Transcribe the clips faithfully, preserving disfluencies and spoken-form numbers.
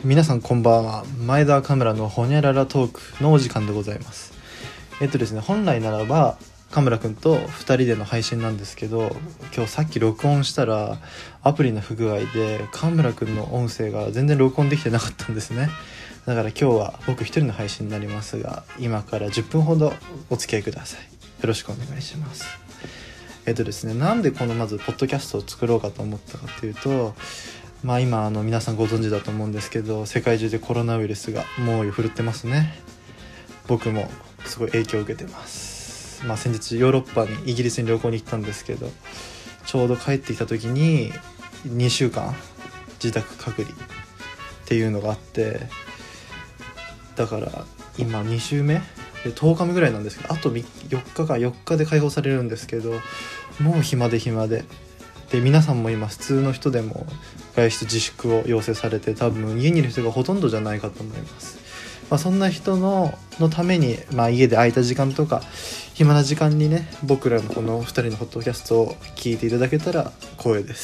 皆さんこんばんは。前田カメラのホニャララトークのお時間でございます。えっとですね本来ならばカムラくんとふたりでの配信なんですけど、今日さっき録音したらアプリの不具合でカムラくんの音声が全然録音できてなかったんですね。だから今日は僕一人の配信になりますが、今からじゅっぷんほどお付き合いください。よろしくお願いします。えっとですねなんでこのまずポッドキャストを作ろうかと思ったかというと、まあ今あの皆さんご存知だと思うんですけど、世界中でコロナウイルスが猛威を振るってますね。僕もすごい影響を受けてます。まあ先日ヨーロッパにイギリスに旅行に行ったんですけど、ちょうど帰ってきた時ににしゅうかん自宅隔離っていうのがあって、だから今に週目でとおかめぐらいなんですけど、あとよっかかよっかで解放されるんですけど、もう暇で暇でで皆さんも今普通の人でも外出自粛を要請されて、多分家にいる人がほとんどじゃないかと思います。まあ、そんな人ののために、まあ、家で空いた時間とか暇な時間にね、僕らのこのふたりのポッドキャストを聞いていただけたら光栄です。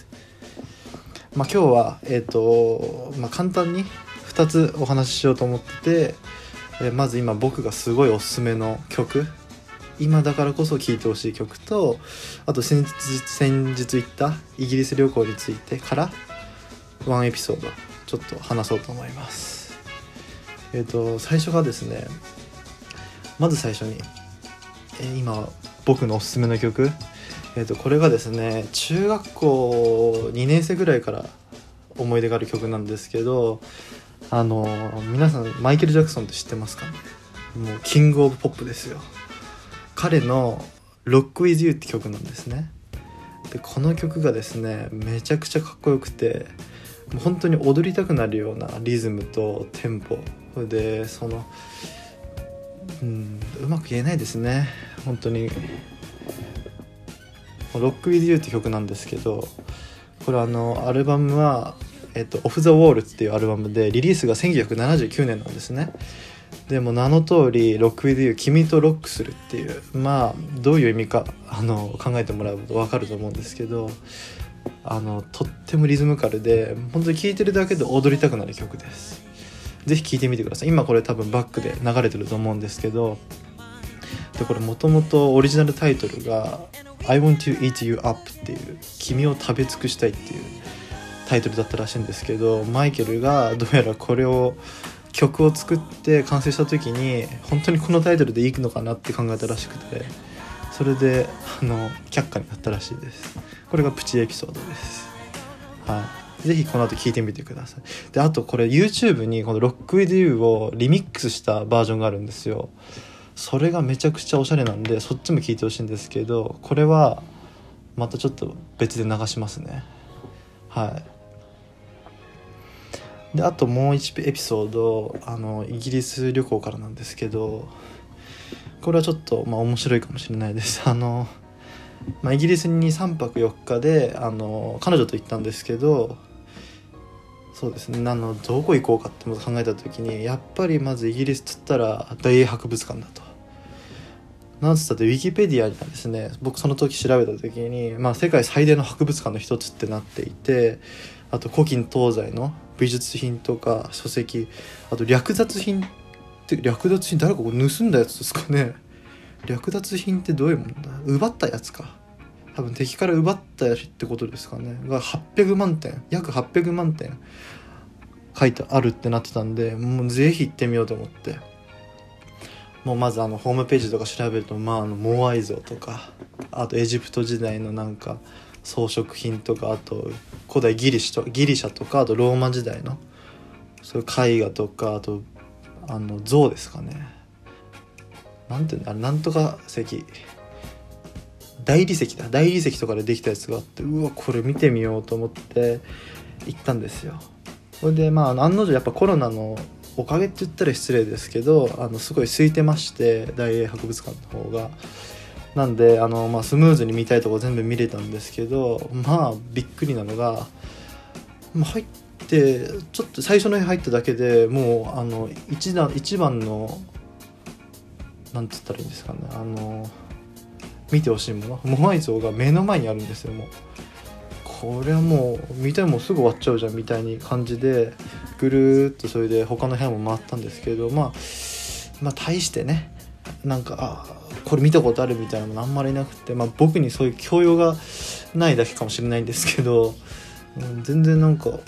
まあ、今日は、えーとまあ、簡単にふたつお話ししようと思ってて、えー、まず今僕がすごいおすすめの曲、今だからこそ聴いてほしい曲と、あと先日先日行ったイギリス旅行についてからワンエピソードちょっと話そうと思います。えっと最初がですね、まず最初に、えー、今僕のおすすめの曲、えっとこれがですね中学校にねん生ぐらいから思い出がある曲なんですけど、あの皆さんマイケル・ジャクソンって知ってますかね。もうキングオブポップですよ。彼の Rock with You って曲なんですね。でこの曲がですねめちゃくちゃかっこよくて、もう本当に踊りたくなるようなリズムとテンポで、そのうんうまく言えないですね本当に。 Rock with You って曲なんですけど、これあのアルバムは、えっと、Off the Wall っていうアルバムでリリースがせんきゅうひゃくななじゅうきゅうねんなんですね。でも名の通り Rock with You 君とロックするっていう、まあどういう意味かあの考えてもらうと分かると思うんですけど、あのとってもリズムカルで本当に聴いてるだけで踊りたくなる曲です。ぜひ聴いてみてください。今これ多分バックで流れてると思うんですけど、でこれもともとオリジナルタイトルが I want to eat you up っていう、君を食べ尽くしたいっていうタイトルだったらしいんですけど、マイケルがどうやらこれを曲を作って完成した時に本当にこのタイトルでいいのかなって考えたらしくて、それであの却下になったらしいです。これがプチエピソードです。はい、ぜひこの後聞いてみてください。であとこれ YouTube にこの Rock with You をリミックスしたバージョンがあるんですよ。それがめちゃくちゃおしゃれなんでそっちも聞いてほしいんですけど、これはまたちょっと別で流しますね。はい。であともういちエピソード、あのイギリス旅行からなんですけど、これはちょっと、まあ、面白いかもしれないです。あの、まあ、イギリスにさんぱくよっかであの彼女と行ったんですけど、そうですね、あのどこ行こうかって考えた時にやっぱりまずイギリスっつったら大英博物館だと。なんつったってウィキペディアにはですね、僕その時調べた時に、まあ、世界最大の博物館の一つってなっていて、あと古今東西の美術品とか書籍、あと略奪品って、略奪品誰かこれ盗んだやつですかね。略奪品ってどういうもんだ、奪ったやつか、多分敵から奪ったやつってことですかね、がはっぴゃくまんてん、約はっぴゃくまんてん書いてあるってなってたんで、もうぜひ行ってみようと思って、もうまずあのホームページとか調べると、まあ、あのモアイ像とか、あとエジプト時代のなんか装飾品とか、あと古代ギリシャとギリシャとか、あとローマ時代のそういう絵画とか、あとあの像ですかね、なんていうんだ、なんとか石、大理石だ大理石とかでできたやつがあって、うわこれ見てみようと思って行ったんですよ。それでまあ案の定やっぱコロナのおかげって言ったら失礼ですけど、あのすごい空いてまして、大英博物館の方が。なんであの、まあ、スムーズに見たいとこ全部見れたんですけど、まあびっくりなのが、まあ、入ってちょっと最初の部屋入っただけでもうあの 一, 段一番のなんて言ったらいいんですかね、あの見てほしいもの、モアイ像が目の前にあるんですよ。もうこれはもう見たいもんすぐ終わっちゃうじゃんみたいに感じで、 ぐるーっとそれで他の部屋も回ったんですけど、まあまあ大してねなんかあこれ見たことあるみたいなのもあんまりなくて、まあ、僕にそういう教養がないだけかもしれないんですけど、うん、全然なんか、うん、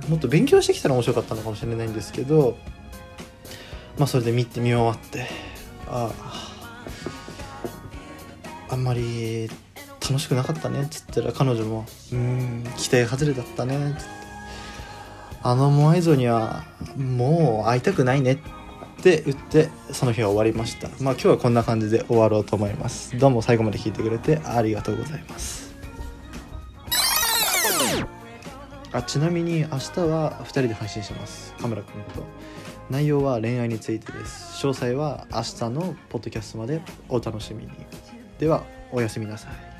もっと勉強してきたら面白かったのかもしれないんですけど、まあそれで見て見終わってああんまり楽しくなかったねっつったら彼女もうーん期待外れだったねっつって、あのモアイ像にはもう会いたくないねって言ってその日は終わりました。まあ今日はこんな感じで終わろうと思います。どうも最後まで聞いてくれてありがとうございます。あちなみに明日はふたりで配信します。カメラくんと。内容は恋愛についてです。詳細は明日のポッドキャストまでお楽しみに。ではおやすみなさい。